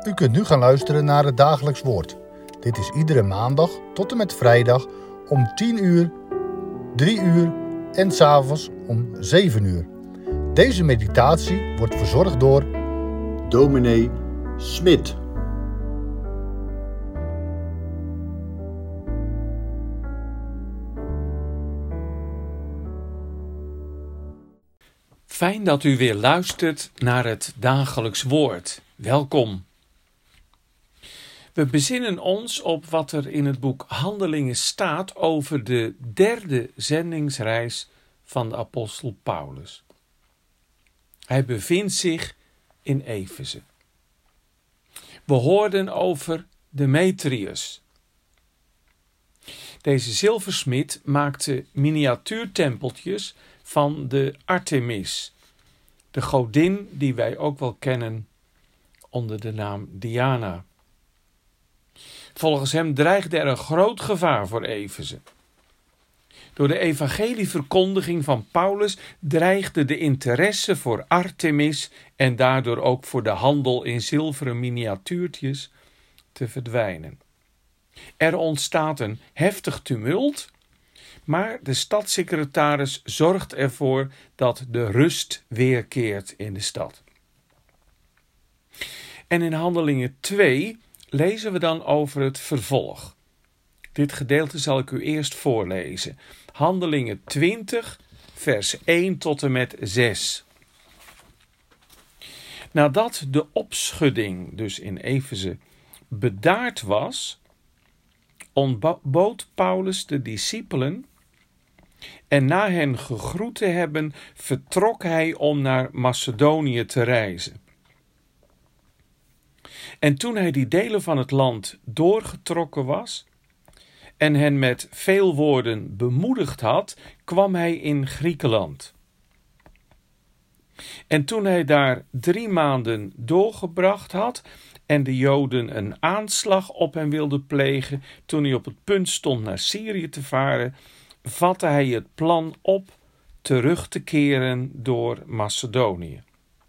U kunt nu gaan luisteren naar het dagelijks woord. Dit is iedere maandag tot en met vrijdag om 10 uur, 3 uur en 's avonds om 7 uur. Deze meditatie wordt verzorgd door dominee Smit. Fijn dat u weer luistert naar het dagelijks woord. Welkom. We bezinnen ons op wat er in het boek Handelingen staat over de derde zendingsreis van de apostel Paulus. Hij bevindt zich in Efeze. We hoorden over Demetrius. Deze zilversmid maakte miniatuurtempeltjes van de Artemis, de godin die wij ook wel kennen onder de naam Diana. Volgens hem dreigde er een groot gevaar voor Efeze. Door de evangelieverkondiging van Paulus dreigde de interesse voor Artemis en daardoor ook voor de handel in zilveren miniatuurtjes te verdwijnen. Er ontstaat een heftig tumult, maar de stadssecretaris zorgt ervoor dat de rust weerkeert in de stad. En in Handelingen 2 lezen we dan over het vervolg. Dit gedeelte zal ik u eerst voorlezen. Handelingen 20, vers 1 tot en met 6. Nadat de opschudding, dus in Efeze, bedaard was, ontbood Paulus de discipelen en na hen gegroet te hebben, vertrok hij om naar Macedonië te reizen. En toen hij die delen van het land doorgetrokken was en hen met veel woorden bemoedigd had, kwam hij in Griekenland. En toen hij daar 3 maanden doorgebracht had en de Joden een aanslag op hem wilden plegen, toen hij op het punt stond naar Syrië te varen, vatte hij het plan op terug te keren door Macedonië.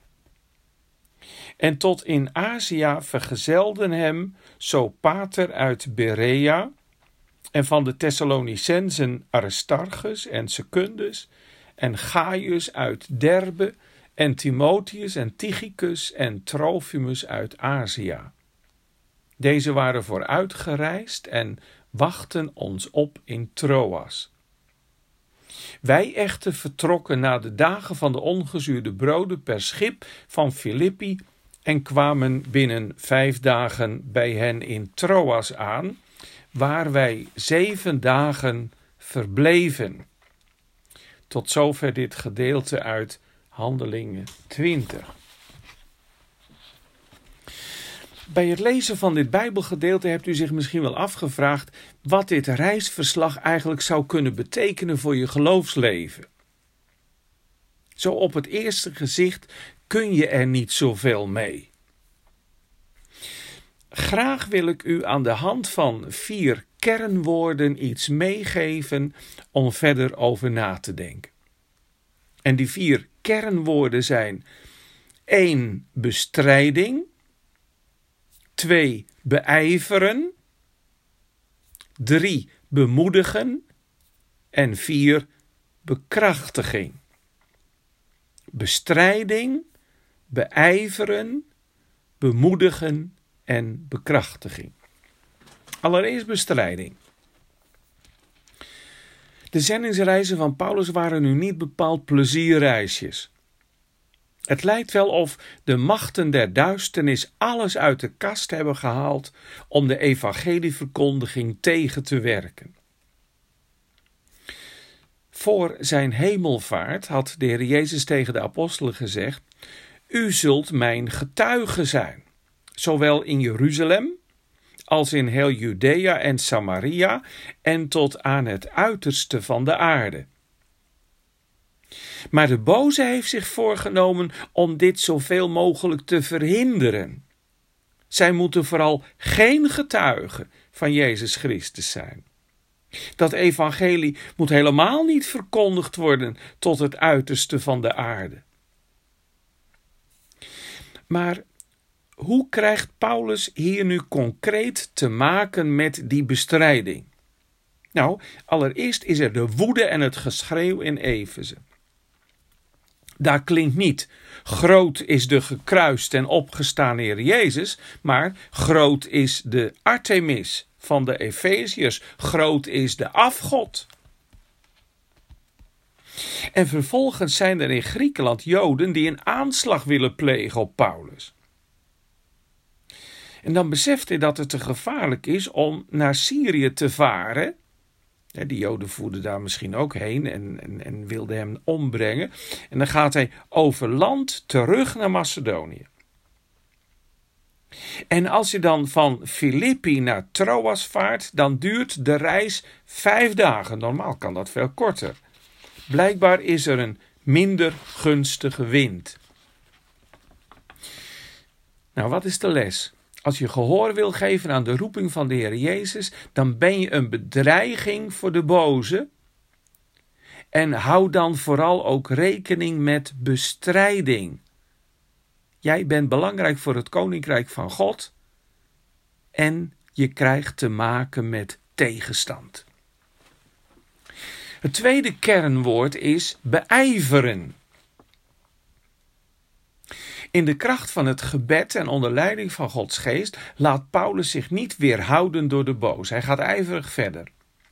En tot in Azië vergezelden hem Sopater uit Berea en van de Thessalonicensen Aristarchus en Secundus en Gaius uit Derbe en Timotheus en Tychicus en Trofimus uit Azië. Deze waren vooruitgereisd en wachten ons op in Troas. Wij echter vertrokken na de dagen van de ongezuurde broden per schip van Filippi en kwamen binnen 5 dagen bij hen in Troas aan, waar wij 7 dagen verbleven. Tot zover dit gedeelte uit Handelingen 20. Bij het lezen van dit Bijbelgedeelte hebt u zich misschien wel afgevraagd wat dit reisverslag eigenlijk zou kunnen betekenen voor je geloofsleven. Zo op het eerste gezicht kun je er niet zoveel mee. Graag wil ik u aan de hand van 4 kernwoorden iets meegeven om verder over na te denken. En die 4 kernwoorden zijn: 1. Bestrijding. 2. Beijveren. 3. Bemoedigen. En 4. Bekrachtiging. Bestrijding, beijveren, bemoedigen en bekrachtiging. Allereerst bestrijding. De zendingsreizen van Paulus waren nu niet bepaald plezierreisjes. Het lijkt wel of de machten der duisternis alles uit de kast hebben gehaald om de evangelieverkondiging tegen te werken. Voor zijn hemelvaart had de Heer Jezus tegen de apostelen gezegd: U zult mijn getuige zijn, zowel in Jeruzalem als in heel Judea en Samaria en tot aan het uiterste van de aarde. Maar de boze heeft zich voorgenomen om dit zoveel mogelijk te verhinderen. Zij moeten vooral geen getuigen van Jezus Christus zijn. Dat evangelie moet helemaal niet verkondigd worden tot het uiterste van de aarde. Maar hoe krijgt Paulus hier nu concreet te maken met die bestrijding? Nou, allereerst is er de woede en het geschreeuw in Efeze. Daar klinkt niet: groot is de gekruist en opgestaan Heer Jezus, maar groot is de Artemis van de Efeziërs, groot is de afgod. En vervolgens zijn er in Griekenland Joden die een aanslag willen plegen op Paulus. En dan beseft hij dat het te gevaarlijk is om naar Syrië te varen. Die Joden voerden daar misschien ook heen en wilden hem ombrengen. En dan gaat hij over land terug naar Macedonië. En als je dan van Filippi naar Troas vaart, dan duurt de reis 5 dagen. Normaal kan dat veel korter. Blijkbaar is er een minder gunstige wind. Nou, wat is de les? Als je gehoor wil geven aan de roeping van de Heer Jezus, dan ben je een bedreiging voor de boze. En hou dan vooral ook rekening met bestrijding. Jij bent belangrijk voor het koninkrijk van God en je krijgt te maken met tegenstand. Het tweede kernwoord is beijveren. In de kracht van het gebed en onder leiding van Gods geest laat Paulus zich niet weerhouden door de boos. Hij gaat ijverig verder.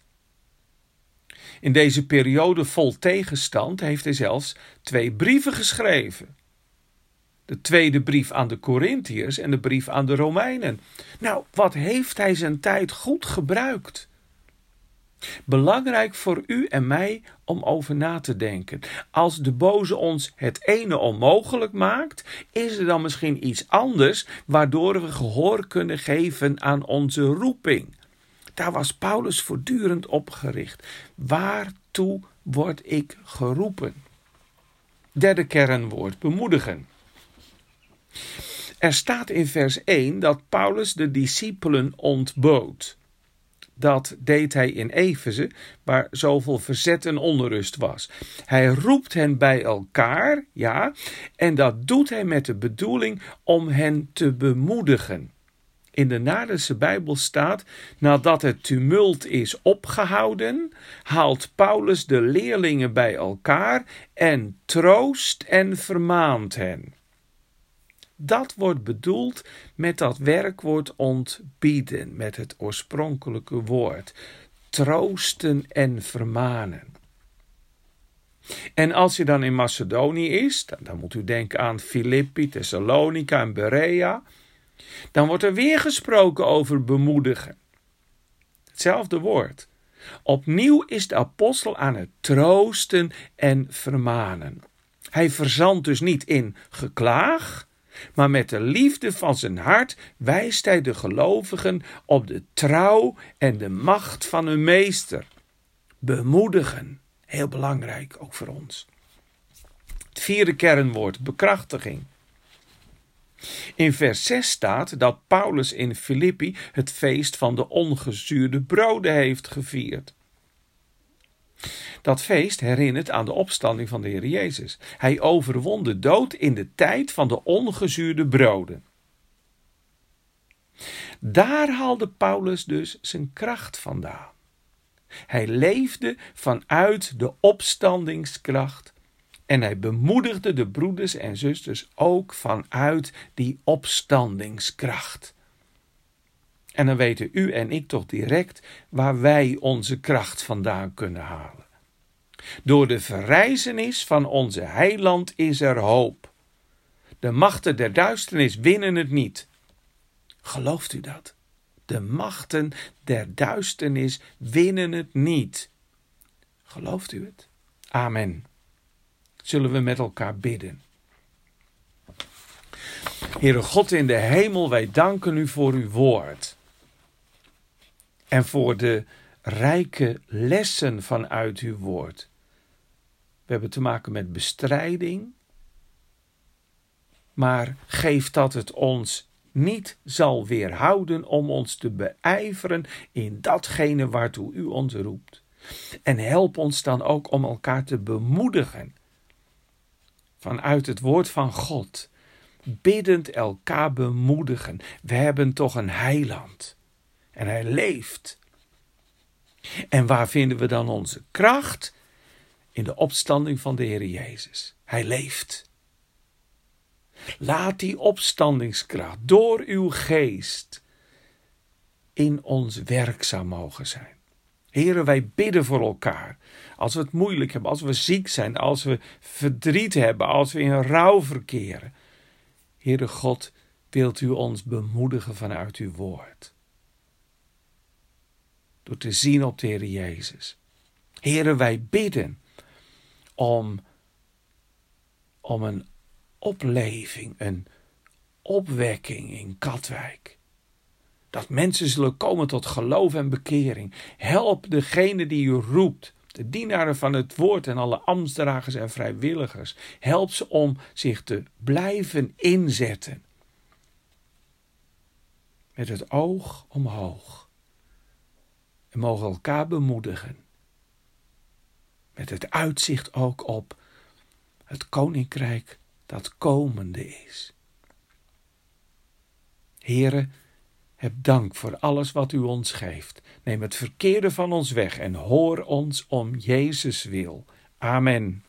In deze periode vol tegenstand heeft hij zelfs 2 brieven geschreven. De tweede brief aan de Korintiërs en de brief aan de Romeinen. Nou, wat heeft hij zijn tijd goed gebruikt? Belangrijk voor u en mij om over na te denken. Als de boze ons het ene onmogelijk maakt, is er dan misschien iets anders waardoor we gehoor kunnen geven aan onze roeping. Daar was Paulus voortdurend op gericht. Waartoe word ik geroepen? Derde kernwoord, bemoedigen. Er staat in vers 1 dat Paulus de discipelen ontbood. Dat deed hij in Efeze, waar zoveel verzet en onrust was. Hij roept hen bij elkaar, ja, en dat doet hij met de bedoeling om hen te bemoedigen. In de Naardense Bijbel staat: nadat het tumult is opgehouden, haalt Paulus de leerlingen bij elkaar en troost en vermaant hen. Dat wordt bedoeld met dat werkwoord ontbieden, met het oorspronkelijke woord. Troosten en vermanen. En als je dan in Macedonië is, dan moet u denken aan Filippi, Thessalonica en Berea, dan wordt er weer gesproken over bemoedigen. Hetzelfde woord. Opnieuw is de apostel aan het troosten en vermanen. Hij verzandt dus niet in geklaag, maar met de liefde van zijn hart wijst hij de gelovigen op de trouw en de macht van hun meester. Bemoedigen, heel belangrijk ook voor ons. Het vierde kernwoord, bekrachtiging. In vers 6 staat dat Paulus in Filippi het feest van de ongezuurde broden heeft gevierd. Dat feest herinnert aan de opstanding van de Heer Jezus. Hij overwon de dood in de tijd van de ongezuurde broden. Daar haalde Paulus dus zijn kracht vandaan. Hij leefde vanuit de opstandingskracht en hij bemoedigde de broeders en zusters ook vanuit die opstandingskracht. En dan weten u en ik toch direct waar wij onze kracht vandaan kunnen halen. Door de verrijzenis van onze heiland is er hoop. De machten der duisternis winnen het niet. Gelooft u dat? De machten der duisternis winnen het niet. Gelooft u het? Amen. Zullen we met elkaar bidden. Heere God in de hemel, wij danken u voor uw woord. En voor de rijke lessen vanuit uw woord. We hebben te maken met bestrijding. Maar geef dat het ons niet zal weerhouden om ons te beijveren in datgene waartoe u ons roept. En help ons dan ook om elkaar te bemoedigen. Vanuit het woord van God. biddend elkaar bemoedigen. We hebben toch een heiland. En hij leeft. En waar vinden we dan onze kracht? In de opstanding van de Heer Jezus. Hij leeft. Laat die opstandingskracht door uw geest in ons werkzaam mogen zijn. Heren, wij bidden voor elkaar. Als we het moeilijk hebben, als we ziek zijn, als we verdriet hebben, als we in rouw verkeren. Heere God, wilt u ons bemoedigen vanuit uw woord. Door te zien op de Heer Jezus. Heren, wij bidden om een opleving, een opwekking in Katwijk. Dat mensen zullen komen tot geloof en bekering. Help degene die u roept, de dienaren van het woord en alle ambtsdragers en vrijwilligers. Help ze om zich te blijven inzetten. Met het oog omhoog. En mogen elkaar bemoedigen. Met het uitzicht ook op het koninkrijk dat komende is. Here, heb dank voor alles wat u ons geeft. Neem het verkeerde van ons weg en hoor ons om Jezus wil. Amen.